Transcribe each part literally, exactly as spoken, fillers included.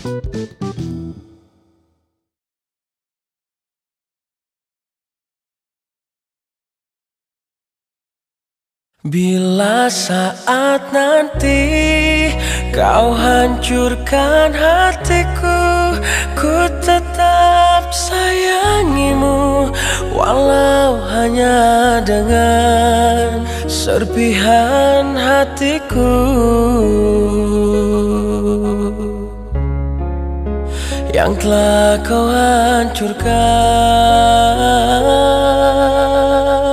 Bila saat nanti kau hancurkan hatiku, ku tetap sayangimu, walau hanya dengan serpihan hatiku yang telah kau hancurkan.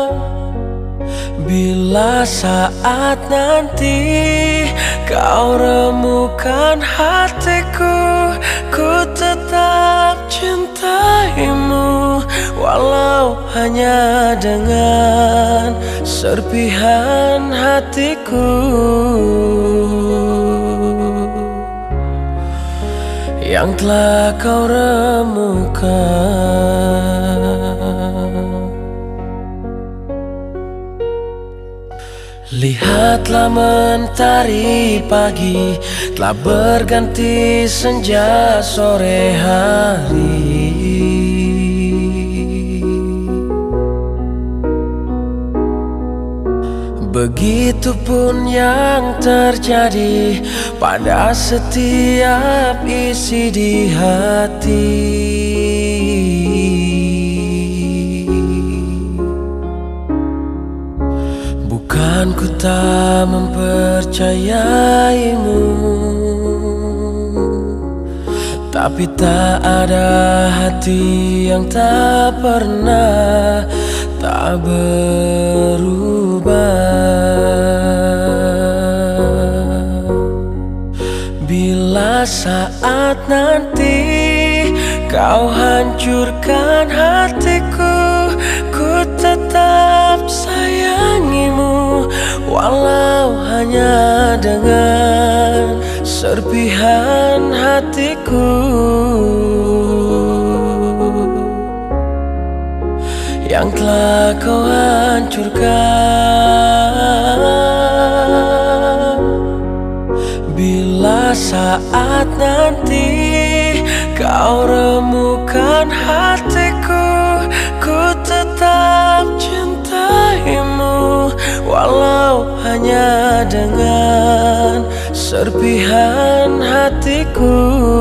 Bila saat nanti kau remukan hatiku, ku tetap cintaimu, walau hanya dengan serpihan hatiku yang telah kau remukan. Lihatlah mentari pagi telah berganti senja sore hari. Begitupun yang terjadi pada setiap isi di hati. Bukan ku tak mempercayaimu, tapi tak ada hati yang tak pernah tak berubah. Bila saat nanti kau hancurkan hatiku, ku tetap sayangimu, walau hanya dengan serpihan hatiku yang telah kau hancurkan. Bila saat nanti kau remukan hatiku, ku tetap cintaimu, walau hanya dengan serpihan hatiku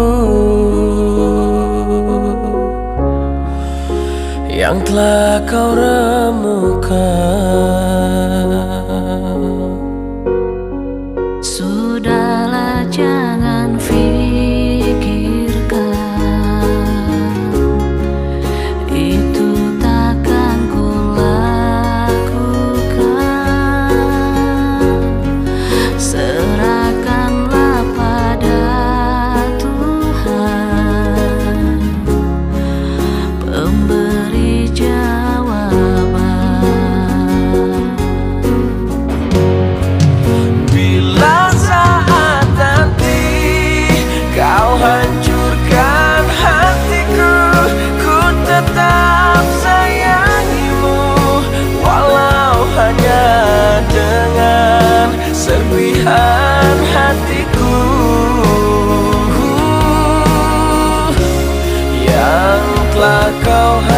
yang telah kau remukan. Sudahlah, jangan pikirkan, itu takkan ku lakukan. Serahkanlah pada Tuhan, pemberi jawaban. Bila saat nanti kau hancurkan hatiku, ku tetap sayangimu, walau hanya dengan serpihan hatiku yang telah kau